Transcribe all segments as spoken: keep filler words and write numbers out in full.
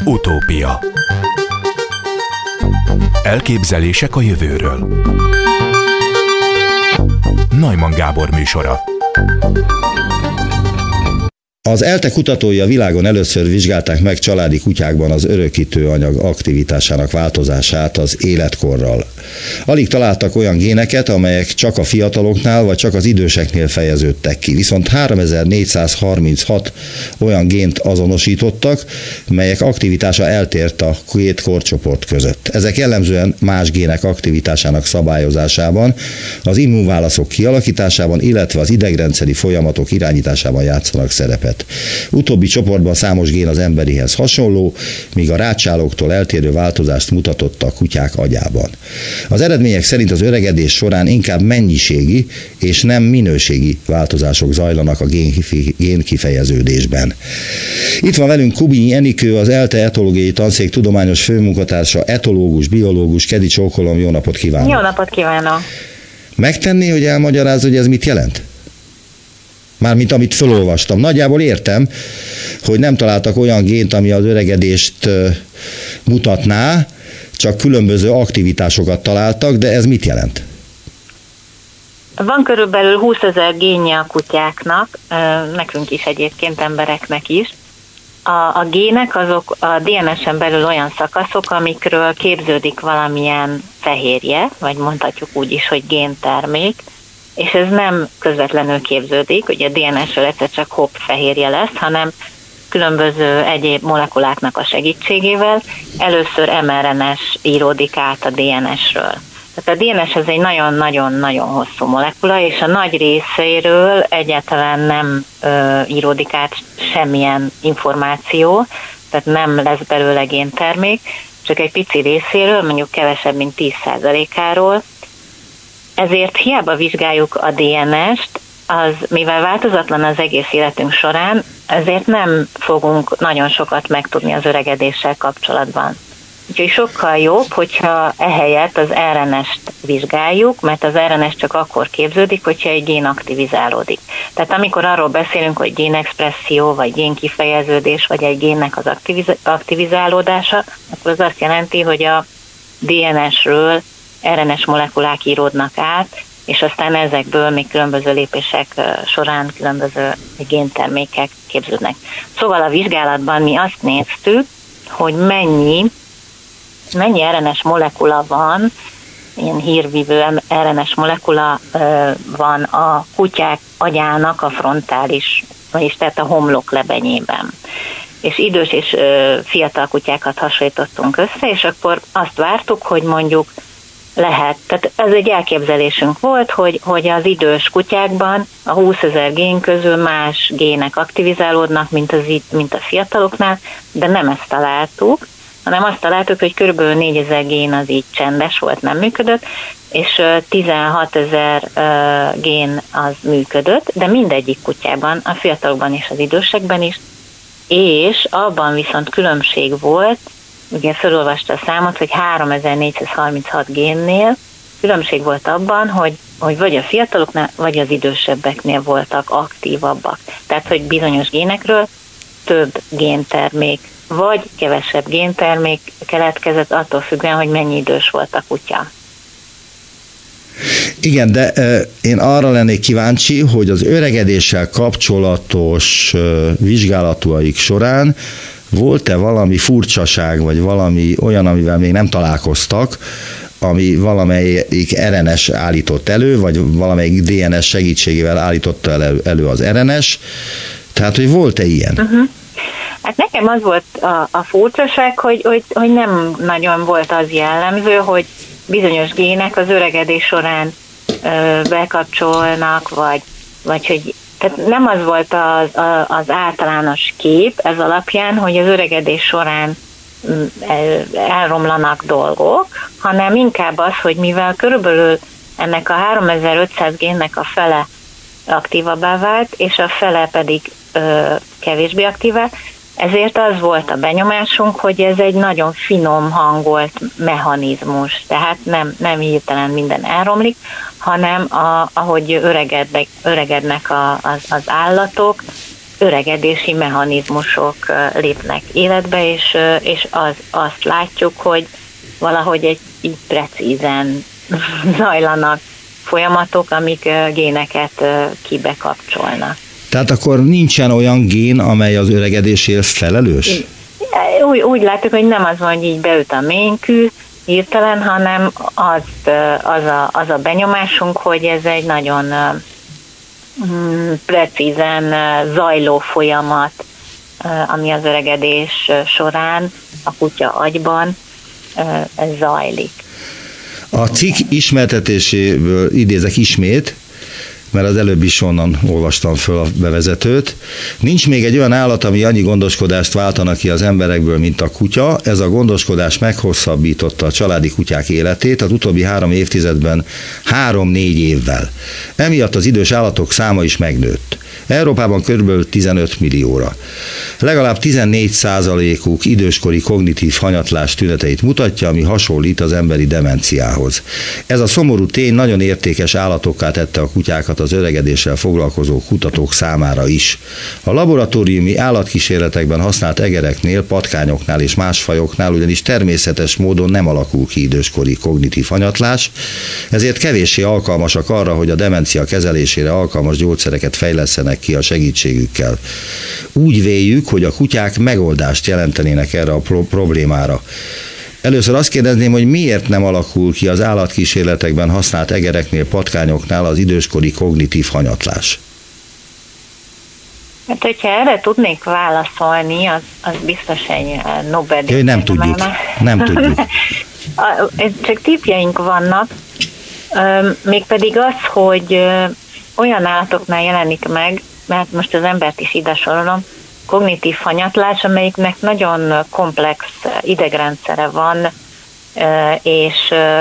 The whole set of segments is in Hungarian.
Utópia. Elképzelések a jövőről. Neumann Gábor műsora. Az ELTE kutatói a világon először vizsgálták meg családi kutyákban az örökítő anyag aktivitásának változását az életkorral. Alig találtak olyan géneket, amelyek csak a fiataloknál vagy csak az időseknél fejeződtek ki, viszont háromezer-négyszázharminchat olyan gént azonosítottak, melyek aktivitása eltért a két korcsoport között. Ezek jellemzően más gének aktivitásának szabályozásában, az immunválaszok kialakításában, illetve az idegrendszeri folyamatok irányításában játszanak szerepet. Utóbbi csoportban számos gén az emberihez hasonló, míg a rácsálóktól eltérő változást mutatott a kutyák agyában. Az eredmények szerint az öregedés során inkább mennyiségi és nem minőségi változások zajlanak a génkifejeződésben. Itt van velünk Kubinyi Enikő, az ELTE etológiai tanszék tudományos főmunkatársa, etológus, biológus. Kedi csókolom, jó napot kívánok! Jó napot kívánok! Megtenni, hogy elmagyarázz, hogy ez mit jelent? Mármint amit felolvastam. Nagyjából értem, hogy nem találtak olyan gént, ami az öregedést mutatná, csak különböző aktivitásokat találtak, de ez mit jelent? Van körülbelül húszezer génje a kutyáknak, nekünk is egyébként, embereknek is. A, a gének azok a dé en es-en belül olyan szakaszok, amikről képződik valamilyen fehérje, vagy mondhatjuk úgy is, hogy géntermék, és ez nem közvetlenül képződik, ugye a dé en es-ről egyszer csak hopp fehérje lesz, hanem különböző egyéb molekuláknak a segítségével először em er en es íródik át a dé en es-ről. Tehát a dé en es ez egy nagyon-nagyon-nagyon hosszú molekula, és a nagy részéről egyáltalán nem ö, íródik át semmilyen információ, tehát nem lesz belőle géntermék, csak egy pici részéről, mondjuk kevesebb, mint tíz százalékáról. Ezért hiába vizsgáljuk a dé en es-t, az, mivel változatlan az egész életünk során, ezért nem fogunk nagyon sokat megtudni az öregedéssel kapcsolatban. Úgyhogy sokkal jobb, hogyha ehelyett az er en es-t vizsgáljuk, mert az er en es csak akkor képződik, hogyha egy gén aktivizálódik. Tehát amikor arról beszélünk, hogy génexpresszió, vagy génkifejeződés, vagy egy génnek az aktiviz- aktivizálódása, akkor az azt jelenti, hogy a dé en es-ről er en es molekulák íródnak át, és aztán ezekből még különböző lépések során különböző géntermékek képződnek. Szóval a vizsgálatban mi azt néztük, hogy mennyi, mennyi er en es molekula van, ilyen hírvívő er en es molekula van a kutyák agyának a frontális, vagyis tehát a homlok lebenyében. És idős és fiatal kutyákat hasonlítottunk össze, és akkor azt vártuk, hogy mondjuk lehet. Tehát ez egy elképzelésünk volt, hogy, hogy az idős kutyákban a húszezer gén közül más gének aktivizálódnak, mint, az, mint a fiataloknál, de nem ezt találtuk, hanem azt találtuk, hogy kb. négyezer gén az így csendes volt, nem működött, és tizenhatezer gén az működött, de mindegyik kutyában, a fiatalokban és az idősekben is, és abban viszont különbség volt, ugye felolvasta a számot, hogy háromezer-négyszázharminchat génnél különbség volt abban, hogy, hogy vagy a fiataloknál, vagy az idősebbeknél voltak aktívabbak. Tehát, hogy bizonyos génekről több géntermék, vagy kevesebb géntermék keletkezett, attól függően, hogy mennyi idős volt a kutya. Igen, de én arra lennék kíváncsi, hogy az öregedéssel kapcsolatos vizsgálataik során volt-e valami furcsaság, vagy valami olyan, amivel még nem találkoztak, ami valamelyik er en es állított elő, vagy valamelyik dé en es segítségével állította elő, elő az er en es? Tehát, hogy volt-e ilyen? Uh-huh. Hát nekem az volt a, a furcsaság, hogy, hogy, hogy nem nagyon volt az jellemző, hogy bizonyos gének az öregedés során ö, bekapcsolnak, vagy, vagy hogy tehát nem az volt az, az általános kép ez alapján, hogy az öregedés során elromlanak dolgok, hanem inkább az, hogy mivel körülbelül ennek a háromezer-ötszáz génnek a fele aktívabbá vált, és a fele pedig ö, kevésbé aktívá, ezért az volt a benyomásunk, hogy ez egy nagyon finom hangolt mechanizmus, tehát nem, nem hirtelen minden elromlik, hanem a, ahogy öregednek, öregednek a, az, az állatok, öregedési mechanizmusok lépnek életbe, és, és az, azt látjuk, hogy valahogy egy így precízen zajlanak folyamatok, amik géneket kibekapcsolnak. Tehát akkor nincsen olyan gén, amely az öregedésért felelős? Úgy, úgy látjuk, hogy nem az van, hogy így beüt a ménkű hirtelen, hanem az, az, a, az a benyomásunk, hogy ez egy nagyon precízen zajló folyamat, ami az öregedés során a kutya agyban zajlik. A cikk ismertetéséből idézek ismét, mert az előbb is onnan olvastam föl a bevezetőt. Nincs még egy olyan állat, ami annyi gondoskodást váltana ki az emberekből, mint a kutya. Ez a gondoskodás meghosszabbította a családi kutyák életét az utóbbi három évtizedben három-négy évvel. Emiatt az idős állatok száma is megnőtt. Európában kb. tizenöt millióra. Legalább tizennégy százalékuk időskori kognitív hanyatlás tüneteit mutatja, ami hasonlít az emberi demenciához. Ez a szomorú tény nagyon értékes állatokká tette a kutyákat az öregedéssel foglalkozó kutatók számára is. A laboratóriumi állatkísérletekben használt egereknél, patkányoknál és más fajoknál ugyanis természetes módon nem alakul ki időskori kognitív hanyatlás, ezért kevéssé alkalmasak arra, hogy a demencia kezelésére alkalmas gyógyszereket fejlesszenek ki a segítségükkel. Úgy véljük, hogy a kutyák megoldást jelentenének erre a pro- problémára. Először azt kérdezném, hogy miért nem alakul ki az állatkísérletekben használt egereknél, patkányoknál az időskori kognitív hanyatlás? Hát, hogyha erre tudnék válaszolni, az, az biztos egy Nobel-díj. Jaj, nem tudjuk. Nem tudjuk. Csak tippjeink vannak, mégpedig az, hogy olyan állatoknál jelenik meg, mert most az embert is ide sorolom, kognitív hanyatlás, amelyiknek nagyon komplex idegrendszere van, és,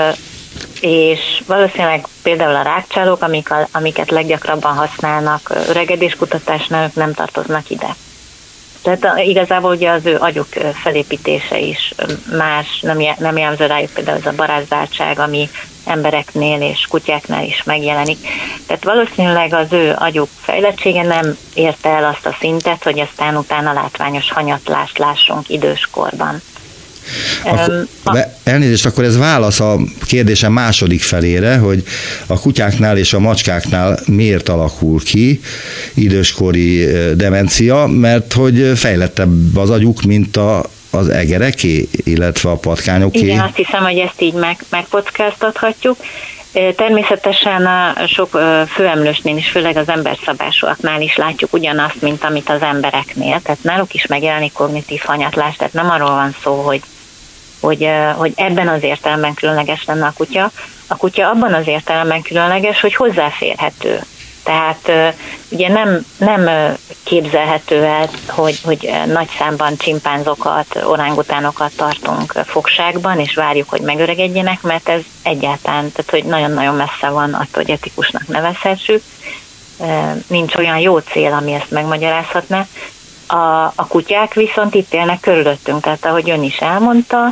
és valószínűleg például a rágcsálók, amik a, amiket leggyakrabban használnak öregedéskutatásnál, ők nem tartoznak ide. Tehát igazából ugye az ő agyuk felépítése is más, nem, nem jellemző rájuk például ez a barázdáltság, ami embereknél és kutyáknál is megjelenik. Tehát valószínűleg az ő agyuk fejlettsége nem érte el azt a szintet, hogy aztán utána látványos hanyatlást lássunk időskorban. Akkor, um, elnézést, akkor ez válasz a kérdésem második felére, hogy a kutyáknál és a macskáknál miért alakul ki időskori demencia, mert hogy fejlettebb az agyuk, mint a, az egereké, illetve a patkányoké. Igen, azt hiszem, hogy ezt így meg, megkockáztathatjuk. Természetesen a sok főemlősnél is, főleg az emberszabásúaknál is látjuk ugyanazt, mint amit az embereknél, tehát náluk is megjelenik kognitív hanyatlás, tehát nem arról van szó, hogy, hogy, hogy ebben az értelemben különleges lenne a kutya. A kutya abban az értelemben különleges, hogy hozzáférhető. Tehát ugye nem, nem képzelhető el, hogy, hogy nagy számban csimpánzokat, orángutánokat tartunk fogságban, és várjuk, hogy megöregedjenek, mert ez egyáltalán, tehát hogy nagyon-nagyon messze van attól, hogy etikusnak nevezhessük. Nincs olyan jó cél, ami ezt megmagyarázhatna. A, a kutyák viszont itt élnek körülöttünk, tehát ahogy ön is elmondta,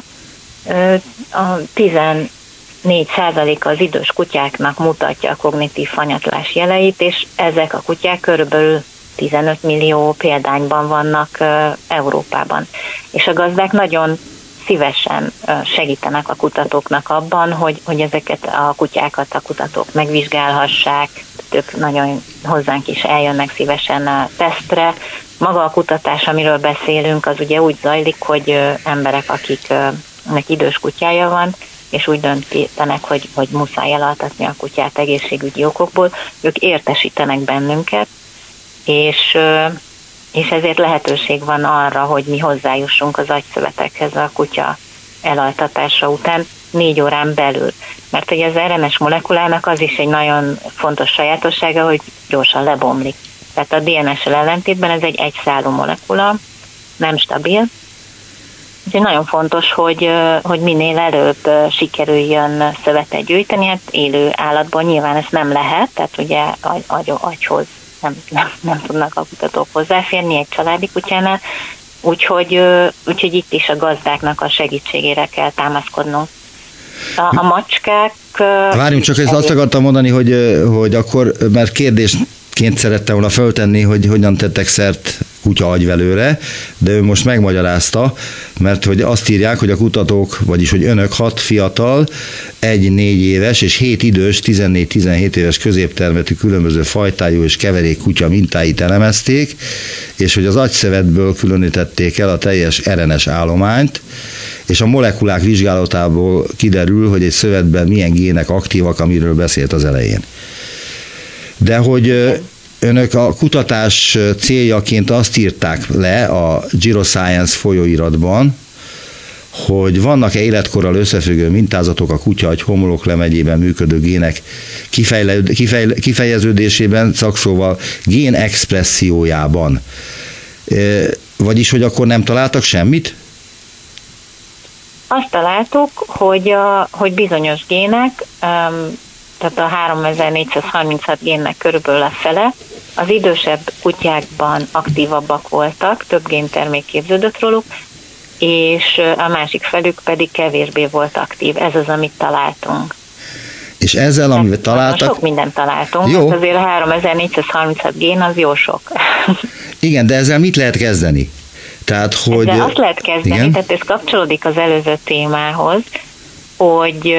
a tizennégy százaléka az idős kutyáknak mutatja a kognitív hanyatlás jeleit, és ezek a kutyák körülbelül tizenöt millió példányban vannak Európában. És a gazdák nagyon szívesen segítenek a kutatóknak abban, hogy, hogy ezeket a kutyákat a kutatók megvizsgálhassák, ők nagyon hozzánk is eljönnek szívesen a tesztre. Maga a kutatás, amiről beszélünk, az ugye úgy zajlik, hogy emberek, akiknek idős kutyája van, és úgy döntenek, hogy, hogy muszáj elaltatni a kutyát egészségügyi okokból, ők értesítenek bennünket, és, és ezért lehetőség van arra, hogy mi hozzájussunk az agyszövetekhez a kutya elaltatása után négy órán belül. Mert hogy az er en es molekulának az is egy nagyon fontos sajátossága, hogy gyorsan lebomlik. Tehát a dé en es-sel ellentétben ez egy egyszálú molekula, nem stabil. Úgyhogy nagyon fontos, hogy, hogy minél előbb sikerüljön szövetet gyűjteni, hát élő állatban nyilván ez nem lehet, tehát ugye agy, agy, agyhoz nem, nem, nem tudnak a kutatók hozzáférni egy családi kutyánál, úgyhogy, úgyhogy itt is a gazdáknak a segítségére kell támaszkodnunk. A, a macskák... Várjunk csak, ezt azt akartam mondani, hogy, hogy akkor, mert kérdésként szerettem volna föltenni, hogy hogyan tettek szert kutya agyvelőre, de ő most megmagyarázta, mert hogy azt írják, hogy a kutatók, vagyis hogy önök hat fiatal, egy négy éves és hét idős, tizennégy-tizenhét éves középtermetű különböző fajtájú és keverék kutya mintáit elemezték, és hogy az agyszövetből különítették el a teljes er en es állományt, és a molekulák vizsgálatából kiderül, hogy egy szövetben milyen gének aktívak, amiről beszélt az elején. De hogy önök a kutatás céljaként azt írták le a Giroscience folyóiratban, hogy vannak-e életkorral összefüggő mintázatok a kutya-agy homloklemegyében működő gének kifejeződésében, szakszóval gén expressziójában. Vagyis, hogy akkor nem találtak semmit? Azt találtuk, hogy, a, hogy bizonyos gének, tehát a háromezer-négyszázharminchat génnek körülbelül a fele, az idősebb kutyákban aktívabbak voltak, több géntermék képződött róluk, és a másik felük pedig kevésbé volt aktív. Ez az, amit találtunk. És ezzel, amit találtak... Sok mindent találtunk, jó. Azért a háromezer-négyszázharminchat gén az jó sok. Igen, de ezzel mit lehet kezdeni? Tehát, hogy... Ezzel azt lehet kezdeni, igen? Tehát ez kapcsolódik az előző témához, hogy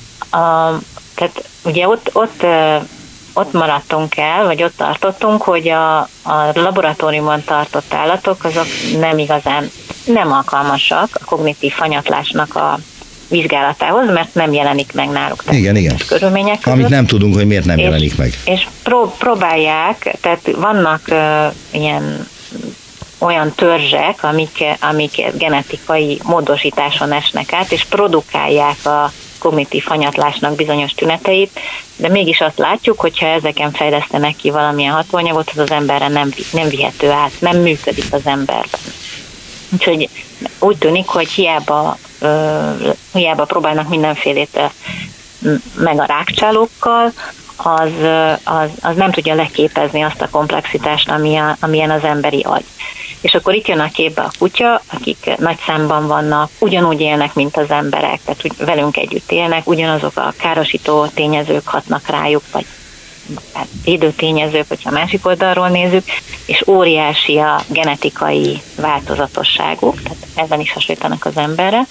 a, tehát ugye ott, ott, ott maradtunk el, vagy ott tartottunk, hogy a, a laboratóriumban tartott állatok azok nem igazán nem alkalmasak a kognitív hanyatlásnak a vizsgálatához, mert nem jelenik meg náluk. Igen, igen. Körülmények között. Amit nem tudunk, hogy miért nem és, jelenik meg. És pró- próbálják, tehát vannak uh, ilyen olyan törzsek, amik, amik genetikai módosításon esnek át, és produkálják a kognitív hanyatlásnak bizonyos tüneteit, de mégis azt látjuk, hogyha ezeken fejlesztenek ki valamilyen hatóanyagot, az az emberre nem, nem vihető át, nem működik az emberben. Úgyhogy úgy tűnik, hogy hiába, uh, hiába próbálnak mindenfélét uh, meg a rákcsálókkal, az, uh, az, az nem tudja leképezni azt a komplexitást, ami a, amilyen az emberi agy. És akkor itt jön a képbe a kutya, akik nagy számban vannak, ugyanúgy élnek, mint az emberek, tehát úgy velünk együtt élnek, ugyanazok a károsító tényezők hatnak rájuk, vagy hát védőtényezők, hogyha a másik oldalról nézzük, és óriási a genetikai változatosságuk, tehát ebben is hasonlítanak az emberre,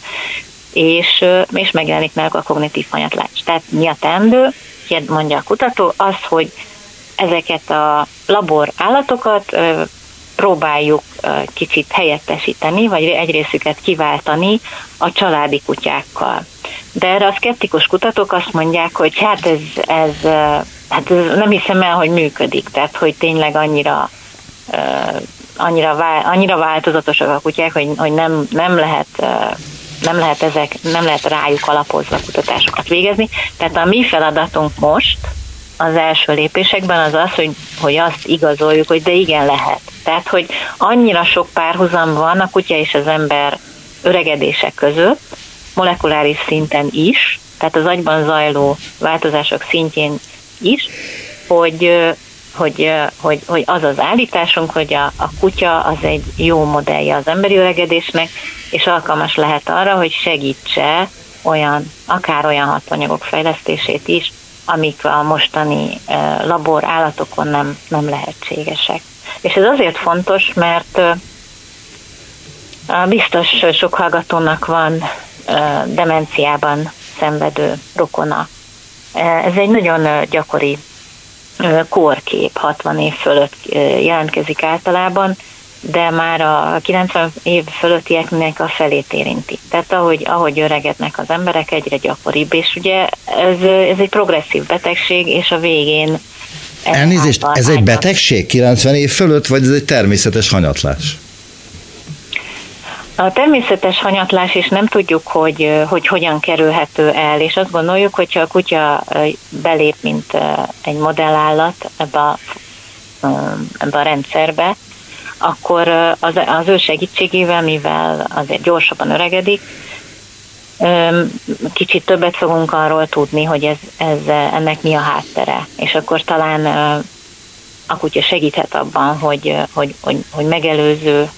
és, és megjelenik náluk a kognitív hanyatlás. Tehát mi a teendő, mondja a kutató, az, hogy ezeket a labor állatokat próbáljuk kicsit helyettesíteni, vagy egy részüket kiváltani a családi kutyákkal. De erre a szkeptikus kutatók azt mondják, hogy hát ez, ez, hát ez nem hiszem el, hogy működik, tehát hogy tényleg annyira, annyira, annyira változatosak a kutyák, hogy, hogy nem, nem lehet nem lehet ezek, nem lehet rájuk alapozva kutatásokat végezni. Tehát a mi feladatunk most az első lépésekben az az, hogy, hogy azt igazoljuk, hogy de igen lehet. Tehát, hogy annyira sok párhuzam van a kutya és az ember öregedése között, molekuláris szinten is, tehát az agyban zajló változások szintjén is, hogy, hogy, hogy, hogy az az állításunk, hogy a, a kutya az egy jó modellje az emberi öregedésnek, és alkalmas lehet arra, hogy segítse olyan, akár olyan hatóanyagok fejlesztését is, amik a mostani labor állatokon nem, nem lehetségesek. És ez azért fontos, mert biztos sok hallgatónak van demenciában szenvedő rokona. Ez egy nagyon gyakori kórkép, hatvan év fölött jelentkezik általában, de már a kilencven év fölöttieknek a felét érinti. Tehát ahogy, ahogy öregednek az emberek, egyre gyakoribb, és ugye ez, ez egy progresszív betegség, és a végén... Elnézést, ez egy betegség kilencven év fölött, vagy ez egy természetes hanyatlás? A természetes hanyatlás, és nem tudjuk, hogy, hogy hogyan kerülhető el, és azt gondoljuk, hogyha a kutya belép, mint egy modellállat ebbe a, ebbe a rendszerbe, akkor az, az ő segítségével, mivel azért gyorsabban öregedik, kicsit többet fogunk arról tudni, hogy ez, ez, ennek mi a háttere. És akkor talán a kutya segíthet abban, hogy, hogy, hogy, hogy megelőző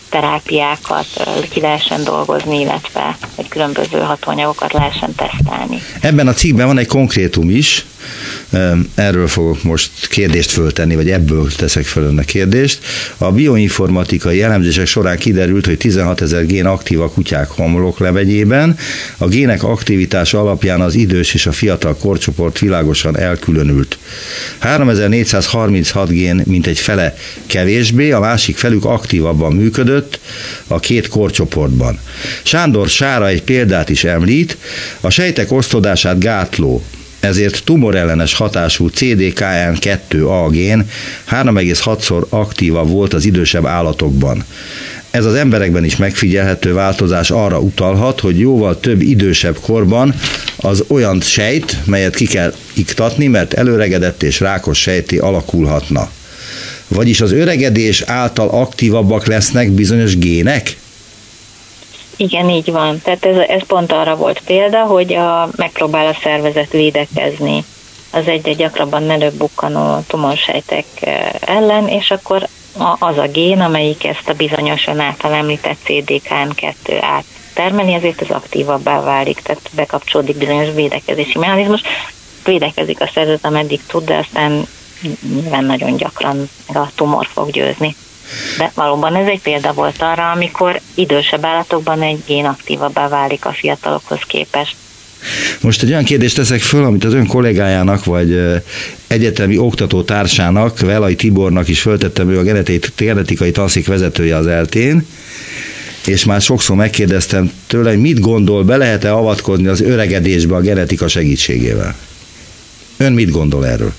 terápiákat ki lehessen dolgozni, illetve egy különböző hatóanyagokat lehessen tesztelni. Ebben a cikkben van egy konkrétum is, erről fogok most kérdést föltenni, vagy ebből teszek föl önnek kérdést. A bioinformatikai elemzések során kiderült, hogy tizenhatezer gén aktív a kutyák homloklevegyében. A gének aktivitása alapján az idős és a fiatal korcsoport világosan elkülönült. háromezer-négyszázharminchat gén mintegy fele kevésbé, a másik felük aktívabban működött a két korcsoportban. Sándor Sára egy példát is említ, a sejtek osztódását gátló, ezért tumorellenes hatású cé dé ká en kettő á gén három egész hatszor aktívabb volt az idősebb állatokban. Ez az emberekben is megfigyelhető változás arra utalhat, hogy jóval több idősebb korban az olyan sejt, melyet ki kell iktatni, mert előregedett és rákos sejtté alakulhatna. Vagyis az öregedés által aktívabbak lesznek bizonyos gének? Igen, így van. Tehát ez, ez pont arra volt példa, hogy a, megpróbál a szervezet védekezni az egyre gyakrabban előbukkanó tumorsejtek ellen, és akkor az a gén, amelyik ezt a bizonyosan által említett cé dé ká en kettő át termeli, ezért ez aktívabbá válik, tehát bekapcsolódik bizonyos védekezési mechanizmus. Védekezik a szervezet, ameddig tud, de aztán nyilván nagyon gyakran a tumor fog győzni. De valóban ez egy példa volt arra, amikor idősebb állatokban egy gén aktívabbá válik a fiatalokhoz képest. Most egy olyan kérdést teszek föl, amit az ön kollégájának, vagy egyetemi oktatótársának, Velay Tibornak is föltettem, ő a genetikai tanszék vezetője az eltén, és már sokszor megkérdeztem tőle, hogy mit gondol, be lehet-e avatkozni az öregedésbe a genetika segítségével? Ön mit gondol erről?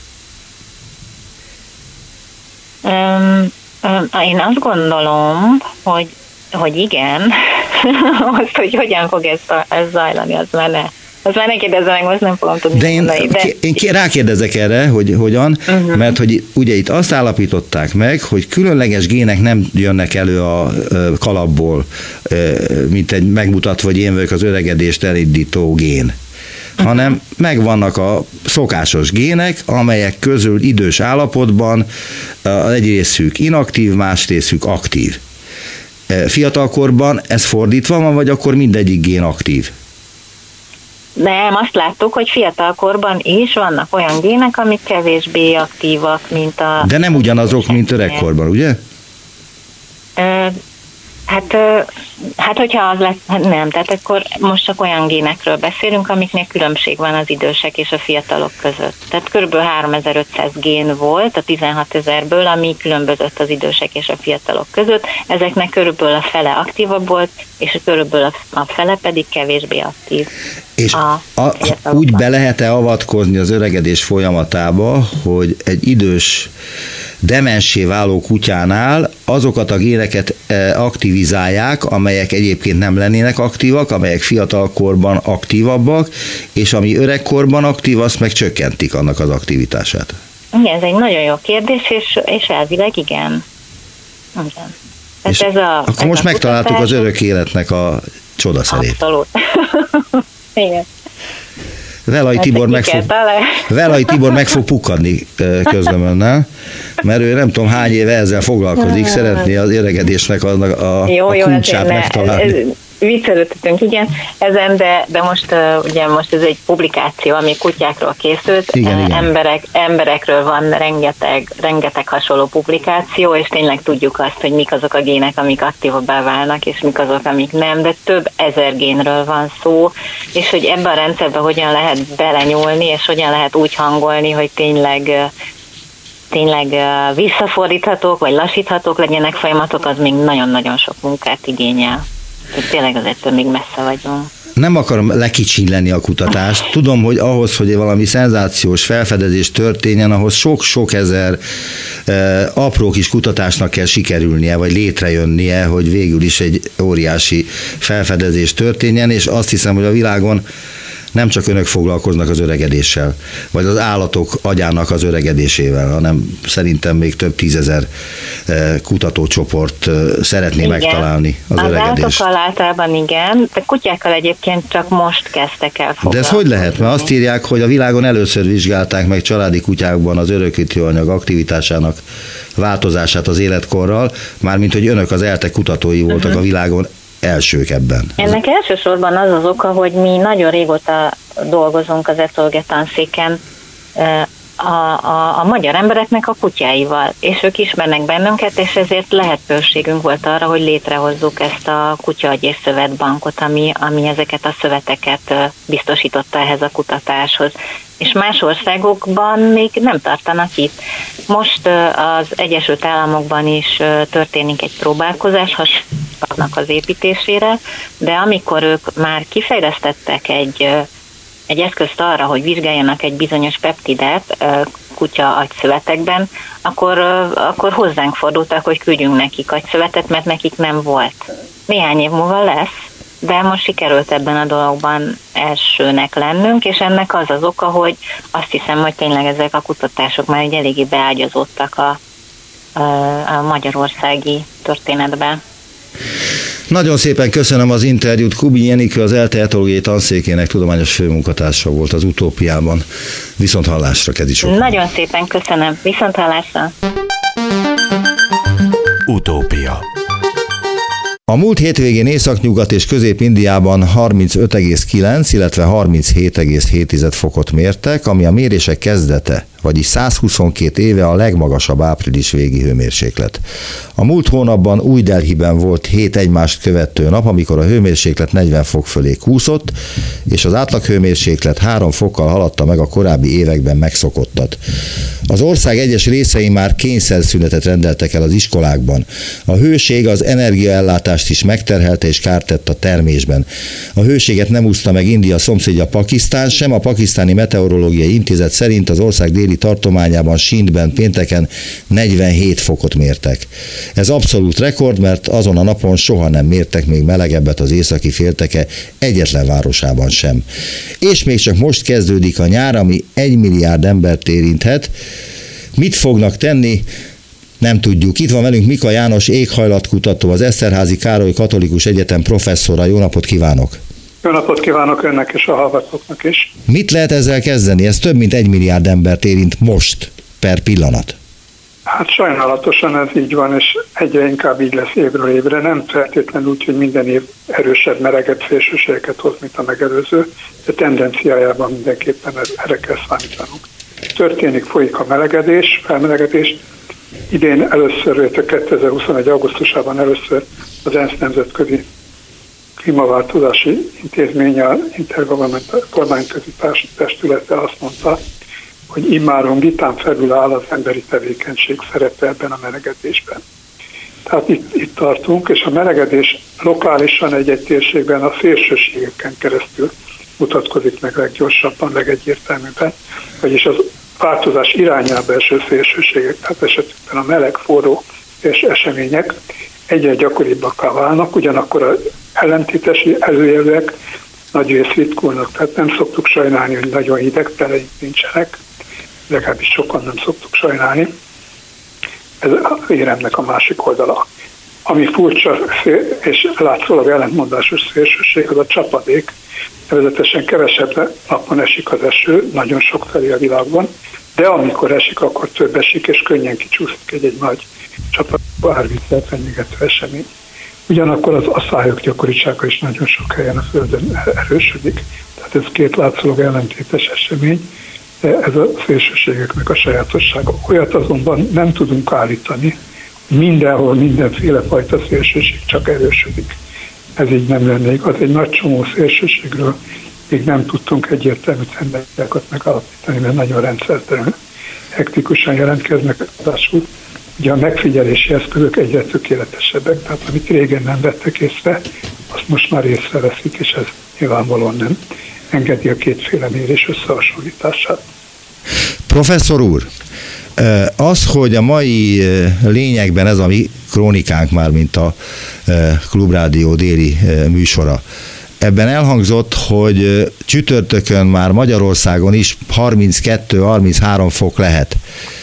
Um, um, én azt gondolom, hogy, hogy igen, azt, hogy hogyan fog ez, ez zajlani, az már ne. Azt már ne kérdezze meg, most nem fogom tudni de én, mondani. De én rákérdezek erre, hogy hogyan, uh-huh. mert hogy ugye itt azt állapították meg, hogy különleges gének nem jönnek elő a kalapból, mint egy megmutatva, hogy én vagyok az öregedést elindító gén, uh-huh. hanem megvannak a szokásos gének, amelyek közül idős állapotban egy részük inaktív, más részük aktív. Fiatalkorban ez fordítva van, vagy akkor mindegyik gén aktív? Nem, azt láttuk, hogy fiatalkorban is vannak olyan gének, amik kevésbé aktívak, mint a... De nem ugyanazok, mint öregkorban, ugye? Ö, hát, ö, hát, hogyha az lesz, hát nem, tehát akkor most csak olyan génekről beszélünk, amiknél különbség van az idősek és a fiatalok között. Tehát kb. háromezer-ötszáz gén volt a tizenhatezerből, ami különbözött az idősek és a fiatalok között. Ezeknek körülbelül a fele aktívabb volt, és körülbelül a fele pedig kevésbé aktív. És a, a, úgy be lehet-e avatkozni az öregedés folyamatába, hogy egy idős, demenssé váló kutyánál azokat a géneket aktivizálják, amelyek egyébként nem lennének aktívak, amelyek fiatalkorban aktívabbak, és ami öregkorban aktív, azt meg csökkentik annak az aktivitását? Igen, ez egy nagyon jó kérdés, és, és elvileg igen. Igen. És ez a, akkor ez most a megtaláltuk kutatás, az örök életnek a csodaszerét. Abszolút. Igen. Velay Tibor, meg fog, Velay Tibor meg fog pukkadni közlöm önnel, mert ő nem tudom hány éve ezzel foglalkozik, szeretné az öregedésnek a, a, jó, a jó, kulcsát megtalálni. Viccelődhetünk, igen, ezen, de, de most uh, ugye most ez egy publikáció, ami kutyákról készült, igen, uh, igen. Emberek, emberekről van rengeteg, rengeteg hasonló publikáció, és tényleg tudjuk azt, hogy mik azok a gének, amik aktívabbá válnak, és mik azok, amik nem, de több ezer génről van szó, és hogy ebben a rendszerben hogyan lehet belenyúlni, és hogyan lehet úgy hangolni, hogy tényleg uh, tényleg uh, visszafordíthatók, vagy lassíthatók legyenek folyamatok, az még nagyon-nagyon sok munkát igényel. Tényleg az ettől még messze vagyunk. Nem akarom lekicsinyleni a kutatást. Tudom, hogy ahhoz, hogy valami szenzációs felfedezés történjen, ahhoz sok-sok ezer e, apró kis kutatásnak kell sikerülnie, vagy létrejönnie, hogy végül is egy óriási felfedezés történjen, és azt hiszem, hogy a világon nem csak önök foglalkoznak az öregedéssel, vagy az állatok agyának az öregedésével, hanem szerintem még több tízezer kutatócsoport szeretné igen. megtalálni az, az öregedést. Az állatokkal általában igen, de kutyákkal egyébként csak most kezdtek el foglalkozni. De ez hogy lehet? Mert azt írják, hogy a világon először vizsgálták meg családi kutyákban az örökítőanyag aktivitásának változását az életkorral, mármint hogy önök az ELTE kutatói voltak uh-huh. a világon elsők ebben. Ennek elsősorban az az oka, hogy mi nagyon régóta dolgozunk az eszolge tanszéken a, a, a magyar embereknek a kutyáival, és ők ismernek bennünket, és ezért lehetőségünk volt arra, hogy létrehozzuk ezt a Kutya-agy és Szövetbankot, ami, ami ezeket a szöveteket biztosította ehhez a kutatáshoz. És más országokban még nem tartanak itt. Most az Egyesült Államokban is történik egy próbálkozás hasonlónak az építésére, de amikor ők már kifejlesztettek egy, egy eszközt arra, hogy vizsgáljanak egy bizonyos peptidet kutya agyszövetekben, akkor, akkor hozzánk fordultak, hogy küldjünk nekik agyszövetet, mert nekik nem volt. Néhány év múlva lesz, de most sikerült ebben a dologban elsőnek lennünk, és ennek az az oka, hogy azt hiszem, hogy tényleg ezek a kutatások már egy eléggé beágyazódtak a, a, a magyarországi történetbe. Nagyon szépen köszönöm az interjút. Kubiny Enikő, az ELTE etológiai tanszékének tudományos főmunkatársa volt az Utópiában. Viszont hallásra, Kedi Sokó. Nagyon szépen köszönöm. Viszont hallásra. Utópia. A múlt hétvégén Északnyugat és Közép-Indiában harmincöt egész kilenc, illetve harminchét egész hét fokot mértek, ami a mérések kezdete, vagyis százhuszonkét éve a legmagasabb április végi hőmérséklet. A múlt hónapban Új-Delhiben volt hét egymást követő nap, amikor a hőmérséklet negyven fok fölé kúszott, és az átlaghőmérséklet három fokkal haladta meg a korábbi években megszokottat. Az ország egyes részei már kényszerszünetet rendeltek el az iskolákban. A hőség az energiaellátást is megterhelte és kárt tett a termésben. A hőséget nem úszta meg India szomszédja Pakisztán sem. A pakisztáni meteorológiai intézet szerint az ország déli tartományában, Sindben pénteken negyvenhét fokot mértek. Ez abszolút rekord, mert azon a napon soha nem mértek még melegebbet az északi félteke egyetlen városában sem. És még csak most kezdődik a nyár, ami egy milliárd embert érinthet. Mit fognak tenni? Nem tudjuk. Itt van velünk Mika János, éghajlatkutató, az Eszterházy Károly Katolikus Egyetem professzora. Jó napot kívánok! Jó napot kívánok önnek és a hallgatóknak is! Mit lehet ezzel kezdeni? Ez több mint egy milliárd embert érint most, per pillanat. Hát sajnálatosan ez így van, és egyre inkább így lesz évről évre. Nem feltétlenül úgy, hogy minden év erősebb, melegebb szélsőségeket hoz, mint a megelőző, de tendenciájában mindenképpen erre kell számítanunk. Történik, folyik a melegedés, felmelegedés. Idén először, kétezer-huszonegy. augusztusában először az ENSZ nemzetközi klímaváltozási intézménye, intergovernmentális kormányközi testülete azt mondta, hogy immáron vitán felül áll az emberi tevékenység szerepe ebben a melegedésben. Tehát itt, itt tartunk, és a melegedés lokálisan egy-egy térségben a szélsőségeken keresztül mutatkozik meg leggyorsabban, legegyértelműbben, vagyis az változás irányába eső szélsőségek, tehát esetben a meleg, forró és események egyre gyakoribbakká válnak, ugyanakkor az ellentétes előjelek nagy rész ritkulnak, tehát nem szoktuk sajnálni, hogy nagyon hideg teleink nincsenek, legalábbis sokan nem szoktuk sajnálni. Ez az éremnek a másik oldala. Ami furcsa és látszólag ellentmondásos szélsőség, az a csapadék. Nevezetesen kevesebb napon esik az eső, nagyon sok felé a világban, de amikor esik, akkor több esik, és könnyen kicsúszik egy-egy nagy csapadék, árvízzel fenyegető esemény. Ugyanakkor az asszályok gyakorisága is nagyon sok helyen a Földön erősödik, tehát ez két látszólag ellentétes esemény, de ez a szélsőségeknek a sajátossága. Olyat azonban nem tudunk állítani, hogy mindenhol mindenféle fajta szélsőség csak erősödik. Ez így nem lenne igaz. Egy nagy csomó szélsőségről még nem tudtunk egyértelmű tendenciákat megállapítani, mert nagyon rendszertelenül, hektikusan jelentkeznek, ráadásul ugye a megfigyelési eszközök egyre tökéletesebbek, tehát amit régen nem vettek észre, azt most már észreveszik, és ez nyilvánvalóan nem engedi a kétféle mérés összehasonlítását. Professzor úr, az, hogy a mai lényegben ez a mi krónikánk már, mint a Klubrádió déli műsora, ebben elhangzott, hogy csütörtökön már Magyarországon is harminckettő-harminchárom fok lehet.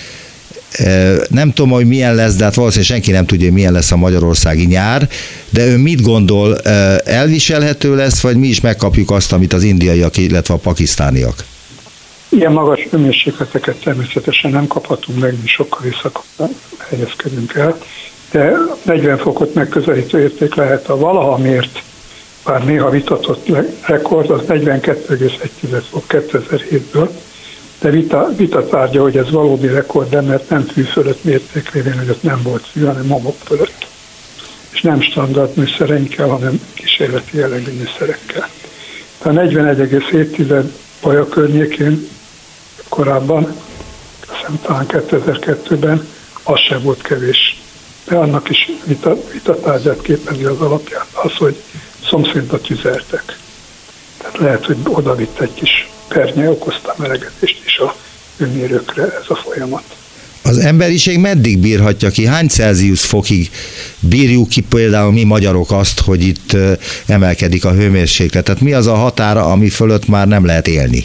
Nem tudom, hogy milyen lesz, de hát valószínűleg senki nem tudja, hogy milyen lesz a magyarországi nyár, de ön mit gondol, elviselhető lesz, vagy mi is megkapjuk azt, amit az indiaiak, illetve a pakisztániak? Ilyen magas hőmérsékleteket természetesen nem kaphatunk meg, mi sokkal északabbra helyezkedünk el, de negyven fokot megközelítő érték lehet a valaha mért, bár néha vitatott rekord, az negyvenkettő egész egy fok kétezer-hétből, de vita, vita tárgya, hogy ez valódi rekord, de mert nem fű fölött mérték, lévén, hogy ott nem volt fű, hanem homok fölött. És nem standard műszereinkkel, hanem kísérleti jellegű műszerekkel. De a negyvenegy egész hét Baja környékén korábban, azt hiszem talán kétezer-kettőben, az sem volt kevés. De annak is vita, vita tárgyát képezi az alapját az, hogy szomszédba tüzeltek. Tehát lehet, hogy oda vitt egy kis pernye, okozta melegedést is a hőmérőkre ez a folyamat. Az emberiség meddig bírhatja ki? Hány Celsius fokig bírjuk ki például mi magyarok azt, hogy itt emelkedik a hőmérséklet? Tehát mi az a határa, ami fölött már nem lehet élni?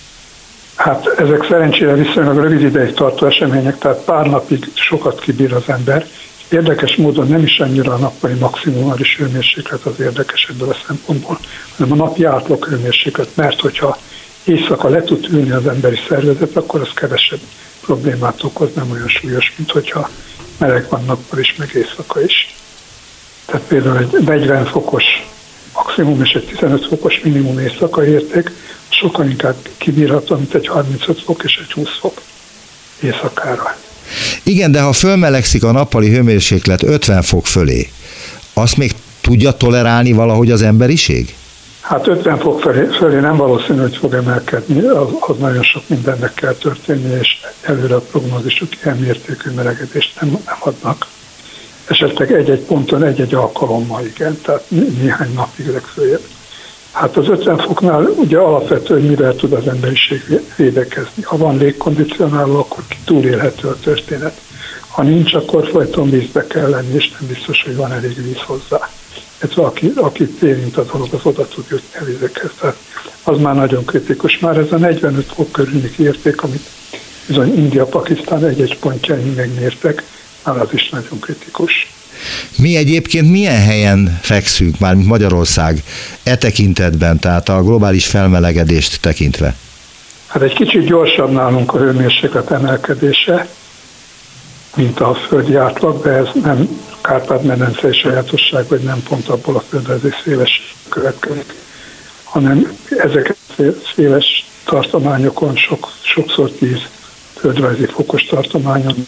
Hát ezek szerencsére viszonylag rövid ideig tartó események, tehát pár napig sokat kibír az ember. Érdekes módon nem is annyira a nappali maximális hőmérséklet az érdekes ebből a szempontból, hanem a napi átlag hőmérséklet, mert hogyha éjszaka le tud ülni az emberi szervezet, akkor az kevesebb problémát okoz, nem olyan súlyos, mint hogyha meleg van nappal is, meg éjszaka is. Tehát például egy negyven fokos maximum és egy tizenöt fokos minimum éjszaka érték sokkal inkább kibírható, mint egy harmincöt fok és egy húsz fok éjszakára. Igen, de ha fölmelegszik a nappali hőmérséklet ötven fok fölé, azt még tudja tolerálni valahogy az emberiség? Hát ötven fok fölé, fölé nem valószínű, hogy fog emelkedni, az, az nagyon sok mindennek kell történni, és előre a prognózisok ilyen mértékű melegedést nem, nem adnak. Esetleg egy-egy ponton, egy-egy alkalommal, igen, tehát néhány napig legfőjebb. Hát az ötven foknál ugye alapvető, hogy mivel tud az emberiség védekezni. Ha van légkondicionáló, akkor túlélhető a történet. Ha nincs, akkor folyton vízbe kell lenni, és nem biztos, hogy van elég víz hozzá. Ez aki, akit érint a dolog, az oda tud jutni a vizekhez. Tehát az már nagyon kritikus. Már ez a negyvenöt fok körüli érték, amit bizony India-Pakisztán egy-egy pontjain megmértek, már az is nagyon kritikus. Mi egyébként milyen helyen fekszünk már, mint Magyarország e tekintetben, tehát a globális felmelegedést tekintve? Hát egy kicsit gyorsabb nálunk a hőmérséklet emelkedése, mint a földi átlag, de ez nem Kárpát-medencei sajátosság, vagy nem pont abból a földrajzi széles következik, hanem ezek széles tartományokon, sok, sokszor tíz földrajzi fokos tartományon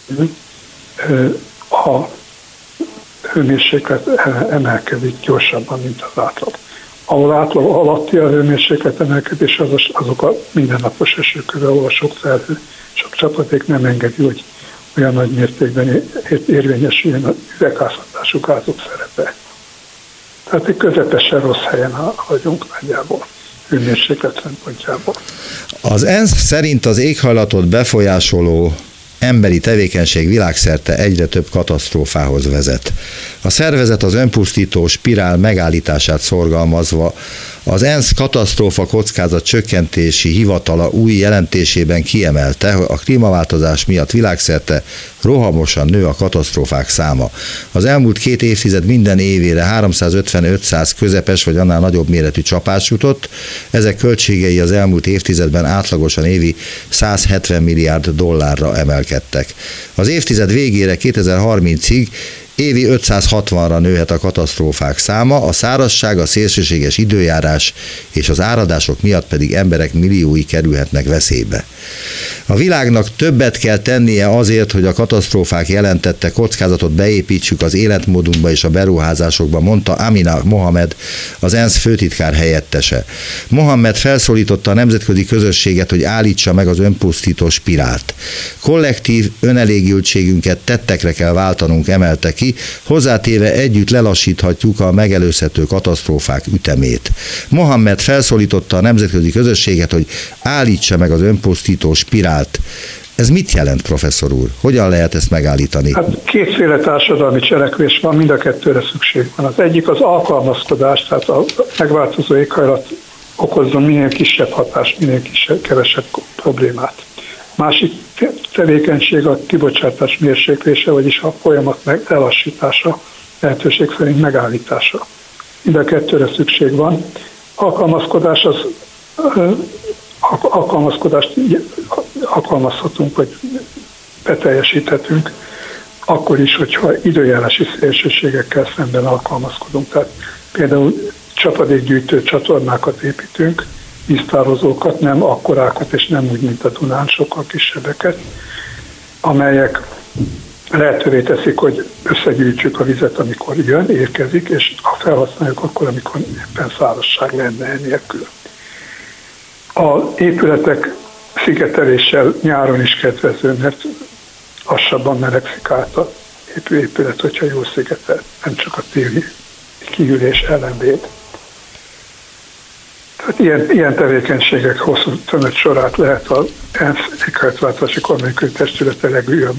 a hőmérséklet emelkedik gyorsabban, mint az átlag. Ahol átlag alatti a hőmérséklet emelkedés, azok, azok a mindennapos esőkövek, ahol a sok felhő, sok csapadék nem engedi, hogy olyan nagy mértékben érvényesüljön az üvegházhatású gázok szerepe. Tehát egy közepesen rossz helyen vagyunk nagyjából, hőmérséklet szempontjából. Az ENSZ szerint az éghajlatot befolyásoló emberi tevékenység világszerte egyre több katasztrófához vezet. A szervezet az önpusztító spirál megállítását szorgalmazva az ENSZ katasztrófa kockázat csökkentési hivatala új jelentésében kiemelte, hogy a klímaváltozás miatt világszerte rohamosan nő a katasztrófák száma. Az elmúlt két évtized minden évére háromszázötven-ötszáz közepes vagy annál nagyobb méretű csapás jutott, ezek költségei az elmúlt évtizedben átlagosan évi százhetven milliárd dollárra emelkedtek. Az évtized végére kétezer-harmincig évi ötszázhatvanra nőhet a katasztrófák száma, a szárazság, a szélsőséges időjárás és az áradások miatt pedig emberek milliói kerülhetnek veszélybe. A világnak többet kell tennie azért, hogy a katasztrófák jelentette kockázatot beépítsük az életmódunkba és a beruházásokba, mondta Amina Mohamed, az ENSZ főtitkár helyettese. Mohamed felszólította a nemzetközi közösséget, hogy állítsa meg az önpusztító spirált. Kollektív önelégültségünket tettekre kell váltanunk, emelte ki, ki, hozzátéve együtt lelassíthatjuk a megelőzhető katasztrófák ütemét. Mohammed felszólította a nemzetközi közösséget, hogy állítsa meg az önpusztító spirált. Ez mit jelent, professzor úr? Hogyan lehet ezt megállítani? Hát kétféle társadalmi cselekvés van, mind a kettőre szükség van. Az egyik az alkalmazkodás, tehát a megváltozó éghajlat okozzon minél kisebb hatást, minél kisebb, kevesebb problémát. Másik tevékenység a kibocsátás mérséklése, vagyis a folyamat meg elassítása, lehetőség szerint megállítása. Mind a kettőre szükség van. Alkalmazkodás az alkalmazkodást alkalmazhatunk, vagy beteljesíthetünk, akkor is, hogyha időjárási szélsőségekkel szemben alkalmazkodunk. Tehát például csapadékgyűjtő csatornákat építünk, víztározókat, nem akkorákat és nem úgy, mint a Dunán, sokkal kisebbeket, amelyek lehetővé teszik, hogy összegyűjtsük a vizet, amikor jön, érkezik, és ha felhasználjuk akkor, amikor éppen szárazság lenne nélkül. Az épületek szigeteléssel nyáron is kedvező, mert lassabban melegszik át a épület, hogyha jól szigetel, nem csak a téli kihűlés ellen véd. Tehát ilyen, ilyen tevékenységek hosszú tömött sorát lehet az ENSZ éghajlatváltozási kormányközi testülete legújabb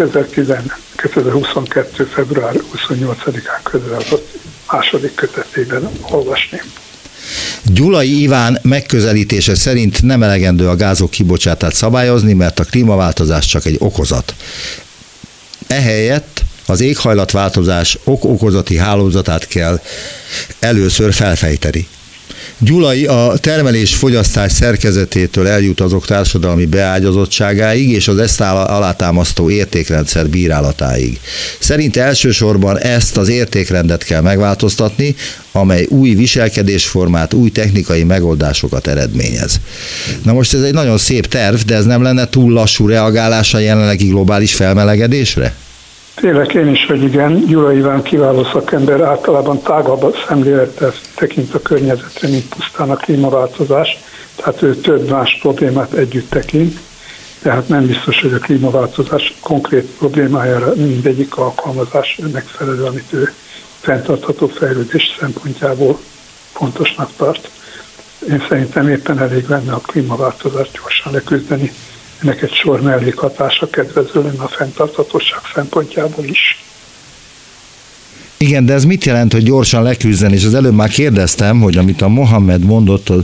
kétezer-huszonkettő. február huszonnyolcadikán közreadott második kötetében olvasni. Gyulai Iván megközelítése szerint nem elegendő a gázok kibocsátát szabályozni, mert a klímaváltozás csak egy okozat. Ehelyett az éghajlatváltozás ok-okozati hálózatát kell először felfejteni. Gyulai a termelés-fogyasztás szerkezetétől eljut azok társadalmi beágyazottságáig és az ezt alátámasztó értékrendszer bírálatáig. Szerint elsősorban ezt az értékrendet kell megváltoztatni, amely új viselkedésformát, új technikai megoldásokat eredményez. Na most ez egy nagyon szép terv, de ez nem lenne túl lassú reagálás a jelenlegi globális felmelegedésre? Tényleg én is, hogy igen, Gyulai Iván kiváló szakember, általában tágabb szemlélettel tekint a környezetre, mint pusztán a klímaváltozás, tehát ő több más problémát együtt tekint, tehát nem biztos, hogy a klímaváltozás konkrét problémájára mindegyik alkalmazás megfelelő, amit ő fenntartható fejlődés szempontjából fontosnak tart. Én szerintem éppen elég lenne a klímaváltozást gyorsan leküzdeni, ennek egy sor mellékhatása kedvező lenne a fenntarthatóság szempontjából is. Igen, de ez mit jelent, hogy gyorsan leküzdeni? És az előbb már kérdeztem, hogy amit a Mohammed mondott, az,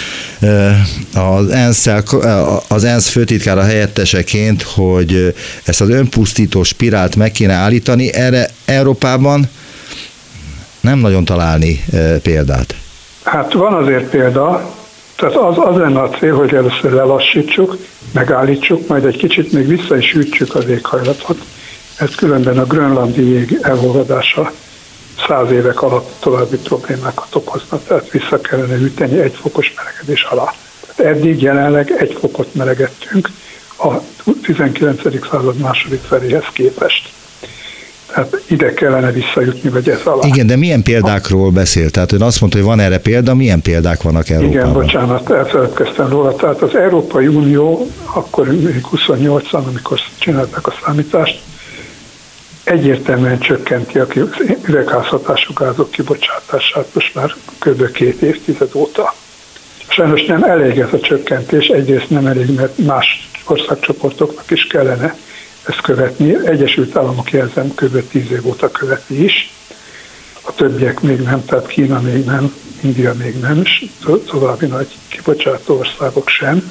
az ENSZ, az ENSZ főtitkára helyetteseként, hogy ezt az önpusztító spirált meg kéne állítani, erre Európában nem nagyon találni példát. Hát van azért példa, tehát az, az lenne a cél, hogy először lelassítsuk, megállítsuk, majd egy kicsit még vissza is ütjük az éghajlatot, mert különben a grönlandi jég elolvadása száz évek alatt további problémákat okozna, tehát vissza kellene üteni egy fokos melegedés alá. Tehát eddig jelenleg egy fokot melegettünk a tizenkilencedik század második feléhez képest. Tehát ide kellene visszajutni, vagy ez alá. Igen, de milyen példákról beszél? Tehát ön azt mondta, hogy van erre példa, milyen példák vannak Európában? Igen, bocsánat, elfeledkeztem róla. Tehát az Európai Unió, akkor még huszonnyolcan, amikor csinálták a számítást, egyértelműen csökkenti a üvegházhatású gázok kibocsátását most már kb. két évtized óta. Sajnos nem elég ez a csökkentés, egyrészt nem elég, mert más országcsoportoknak is kellene ezt követni. Egyesült Államok jelzem kb. tíz év óta követi is, a többiek még nem, tehát Kína még nem, India még nem, és további nagy kibocsátó országok sem.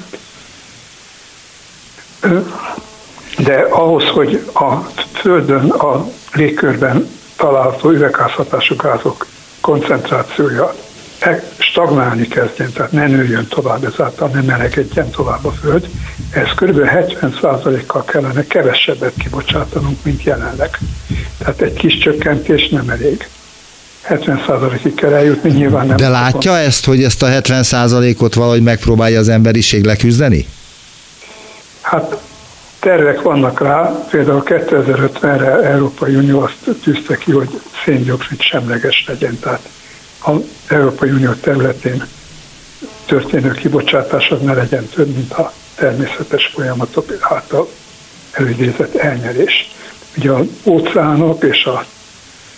De ahhoz, hogy a Földön, a légkörben található üvegházhatású gázok koncentrációja stagnálni kezdjen, tehát ne nőjön tovább, ezáltal ne melegedjen tovább a Föld, ez kb. hetven százalékkal kellene kevesebbet kibocsátanunk, mint jelenleg. Tehát egy kis csökkentés nem elég. hetven százalékig kell eljutni, nyilván nem. De látja pont. Ezt, hogy ezt a hetven százalékot valahogy megpróbálja az emberiség leküzdeni? Hát tervek vannak rá, például kétezer-ötvenre Európai Unió azt tűzte ki, hogy széndioxid semleges legyen, tehát az Európai Unió területén történő kibocsátás az ne legyen több, mint a természetes folyamatok által előidézett elnyerés. Ugye az óceánok és a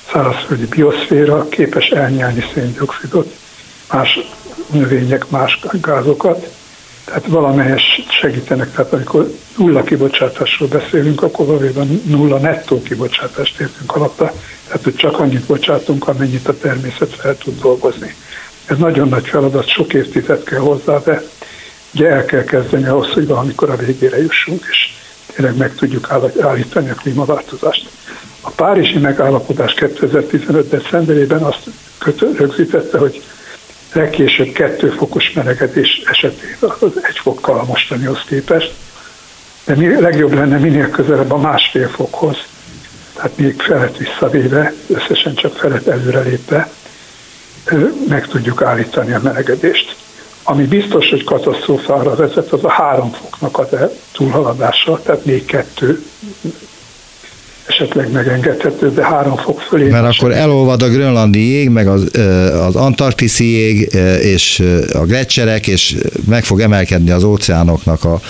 szárazföldi bioszféra képes elnyelni széndioxidot, más növények, más gázokat, tehát valamelyes segítenek, tehát amikor nulla kibocsátásról beszélünk, akkor valójában nulla nettó kibocsátást értünk alatta, tehát hogy csak annyit bocsátunk, amennyit a természet fel tud dolgozni. Ez nagyon nagy feladat, sok évtized kell hozzá, de ugye el kell kezdeni ahhoz, hogy valamikor a végére jussunk, és tényleg meg tudjuk állítani a klímaváltozást. A párizsi megállapodás kétezer-tizenöt. decemberében azt rögzítette, hogy legkésőbb kettő fokos melegedés esetén, az egy fokkal a mostanihoz képest, de mi, legjobb lenne minél közelebb a másfél fokhoz, tehát még felet visszavéve, összesen csak felet előrelépve meg tudjuk állítani a melegedést. Ami biztos, hogy katasztrófára vezet, az a három foknak a túlhaladása, tehát még kettő esetleg megengedhető, de három fok fölé. Mert akkor elolvad a grönlandi jég, meg az, az antarktiszi jég, és a gleccserek, és meg fog emelkedni az óceánoknak a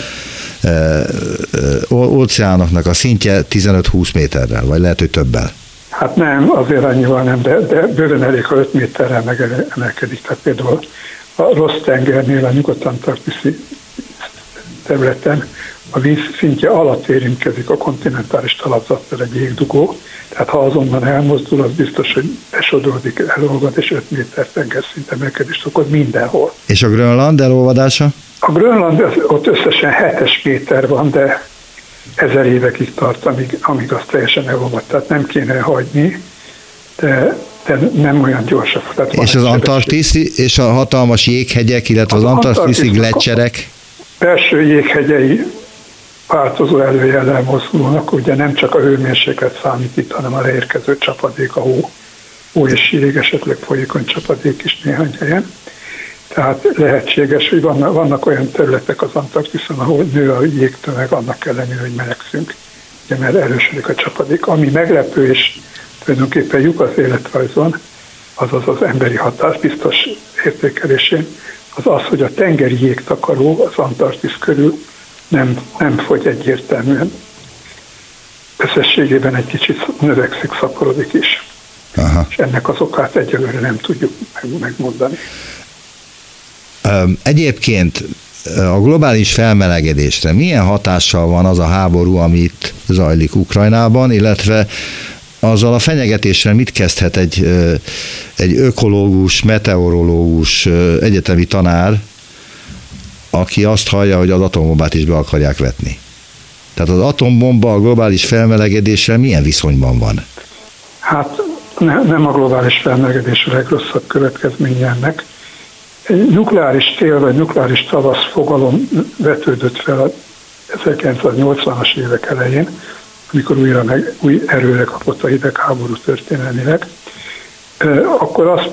óceánoknak a szintje tizenöt-húsz méterrel, vagy lehet, hogy többel. Hát nem, azért annyival nem, de, de bőven elég, ha öt méterrel megemelkedik. Tehát például a Ross-tengernél, a nyugat-antarktiszi területen a víz szintje alatt érintkezik a kontinentális talapzattal egy jégdugó, tehát ha azonban elmozdul, az biztos, hogy besodródik, elolvad, és öt méter tengerszint emelkedést okoz mindenhol. És a Grönland elolvadása? A Grönland, ott összesen hetes méter van, de ezer évekig tart, amíg, amíg az teljesen elolvad, tehát nem kéne hagyni, de, de nem olyan gyorsan. És az antarktiszi, és a hatalmas jéghegyek, illetve az, az antarktiszi gleccserek? Belső jéghegyei változó előjellel mozdulnak, ugye nem csak a hőmérséklet számít itt, hanem a leérkező csapadék, a hó, hó és jég, esetleg folyékony csapadék is néhány helyen. Tehát lehetséges, hogy vannak, vannak olyan területek az Antarktiszon, ahol nő a jégtömeg, annak ellenére, hogy melegszünk, ugye, mert erősödik a csapadék. Ami meglepő, és tulajdonképpen lyuk az életrajzon, azaz az emberi hatás biztos értékelésén, az az, hogy a tengeri jégtakaró az Antarktisz körül nem, nem fogy egyértelműen. Összességében egy kicsit növekszik, szaporodik is. Aha. És ennek az okát egyelőre nem tudjuk megmondani. Egyébként a globális felmelegedésre milyen hatással van az a háború, ami itt zajlik Ukrajnában, illetve azzal a fenyegetésre mit kezdhet egy, egy ökológus, meteorológus, egyetemi tanár, aki azt hallja, hogy az atombombát is be akarják vetni? Tehát az atombomba a globális felmelegedésre milyen viszonyban van? Hát ne, nem a globális felmelegedés a legrosszabb következménye ennek. Egy nukleáris tél vagy nukleáris tavasz fogalom vetődött fel ezerkilencszáznyolcvanas évek elején, amikor újra meg, új erőre kapott a hidegháború történelmileg. Akkor azt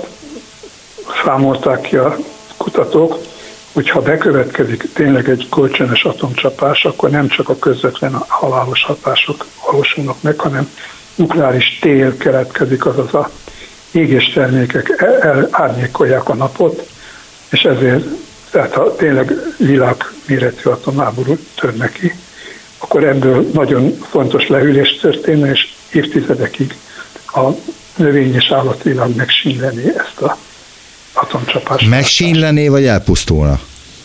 számolták ki a kutatók, hogy ha bekövetkezik tényleg egy kölcsönös atomcsapás, akkor nem csak a közvetlen halálos hatások valósulnak meg, hanem nukleáris tél keletkezik, azaz a égéstermékek árnyékolják a napot, és ezért, tehát ha tényleg világméretű atomháború törne ki, akkor ebből nagyon fontos lehűlés történne, és évtizedekig a növény- és állatvilág megsínlené ezt a atomcsapást. Megsínlené, vagy elpusztulna?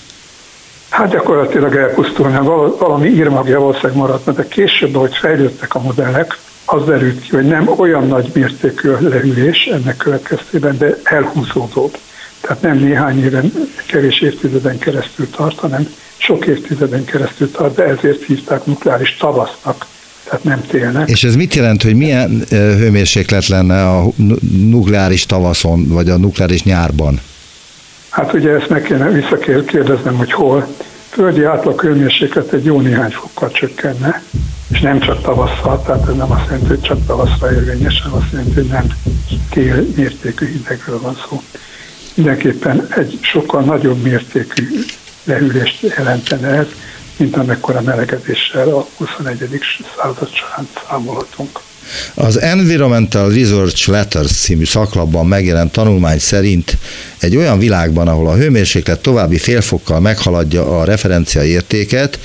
Hát gyakorlatilag elpusztulna, valami írmagja valószínűleg maradna, de később, ahogy fejlődtek a modellek, az derült ki, hogy nem olyan nagy mértékű a lehűlés ennek következtében, de elhúzódóbb. Tehát nem néhány éven, kevés évtizeden keresztül tart, hanem sok évtizeden keresztül tart, de ezért hívták nukleáris tavasznak, tehát nem télnek. És ez mit jelent, hogy milyen hőmérséklet lenne a nukleáris tavaszon, vagy a nukleáris nyárban? Hát ugye ezt meg kéne visszakérdeznem, hogy hol. Földi átlag hőmérséklet egy jó néhány fokkal csökkenne, és nem csak tavasszal, tehát ez nem azt jelenti, hogy csak tavasszal érvényes, hanem azt jelenti, hogy nem tél mértékű hidegről van szó. Mindenképpen egy sokkal nagyobb mértékű lehűlést jelentene ez, mint amekkora melegedéssel a huszonegyedik század során számolhatunk. Az Environmental Research Letters című szaklapban megjelent tanulmány szerint egy olyan világban, ahol a hőmérséklet további fél fokkal meghaladja a referencia értéket,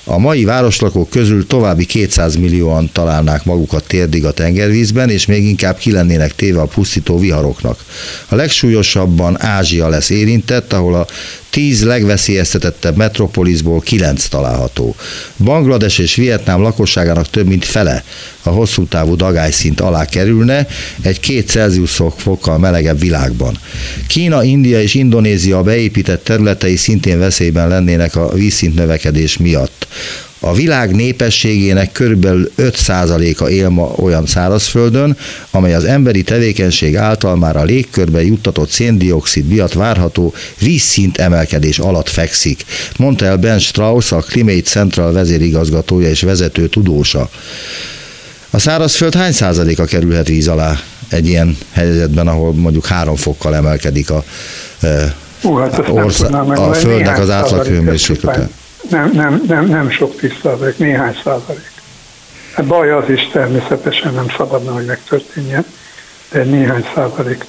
A mai városlakók közül további kétszáz millióan találnák magukat térdig a tengervízben, és még inkább ki lennének téve a pusztító viharoknak. A legsúlyosabban Ázsia lesz érintett, ahol a tíz legveszélyeztetettebb metropoliszból kilenc található. Banglades és Vietnám lakosságának több mint fele a hosszú távú dagályszint alá kerülne egy két Celsius fokkal melegebb világban. Kína, India és Indonézia beépített területei szintén veszélyben lennének a vízszint növekedés miatt. A világ népességének körülbelül öt százaléka él ma olyan szárazföldön, amely az emberi tevékenység által már a légkörbe juttatott széndioxid miatt várható vízszint emelkedés alatt fekszik, mondta el Ben Strauss, a Climate Central vezérigazgatója és vezető tudósa. A szárazföld hány százaléka kerülhet víz alá egy ilyen helyzetben, ahol mondjuk három fokkal emelkedik a, Ú, hát ország, a földnek az átlaghőmérséklete? Nem, nem, nem, nem sok tíz százalék, néhány százalék. Hát baj az is természetesen nem szabadna, hogy megtörténjen, de néhány százalék.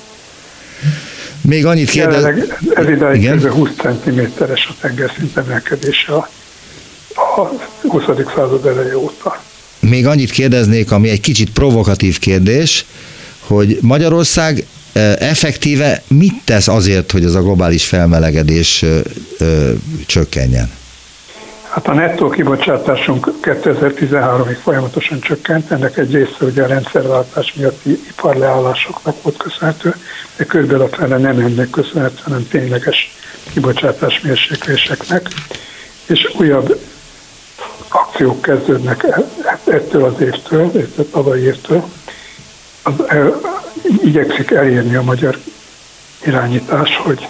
Még annyit kérdez... Ez idáig kb. húsz centiméteres a tengerszint emelkedése a, a huszadik század eleje óta. Még annyit kérdeznék, ami egy kicsit provokatív kérdés, hogy Magyarország effektíve mit tesz azért, hogy ez a globális felmelegedés ö, ö, csökkenjen? Hát a nettó kibocsátásunk kétezer-tizenháromig folyamatosan csökkent, ennek egy része ugye a rendszerváltás miatti iparleállásoknak volt köszönhető, de körülbelül a fele nem ennek köszönhető, hanem tényleges kibocsátás mérsékléseknek, és újabb akciók kezdődnek ettől az évtől, ettől tavalyi évtől. Az, igyekszik elérni a magyar irányítás, hogy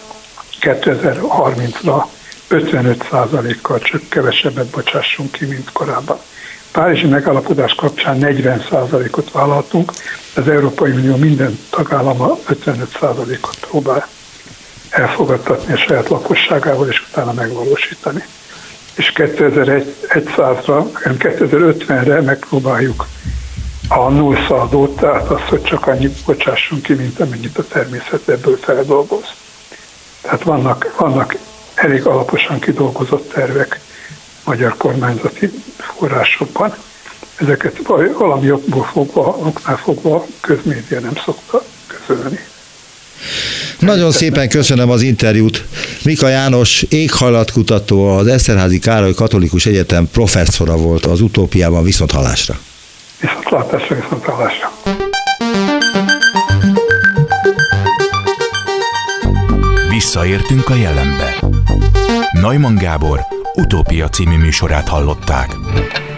kétezer-harmincra ötvenöt százalékkal csak kevesebbet bocsássunk ki, mint korábban. Párizsi megállapodás kapcsán negyven százalékot vállaltunk, az Európai Unió minden tagállama ötvenöt százalékot próbál elfogadtatni a saját lakosságával, és utána megvalósítani. És kétezer-százra, kétezer-ötvenre megpróbáljuk a nullszaldót, tehát azt, hogy csak annyit bocsássunk ki, mint amennyit a természet ebből feldolgoz. Tehát vannak, vannak elég alaposan kidolgozott tervek magyar kormányzati forrásokban. Ezeket valami okból fogva, oknál fogva a közmédia nem szokta közölni. Nagyon szépen köszönöm az interjút. Mika János éghajlatkutató, az Eszterházy Károly Katolikus Egyetem professzora volt az Utópiában. Viszonthallásra. Viszontlátásra, viszonthallásra. Visszaértünk a jelenbe. Neumann Gábor Utópia című műsorát hallották.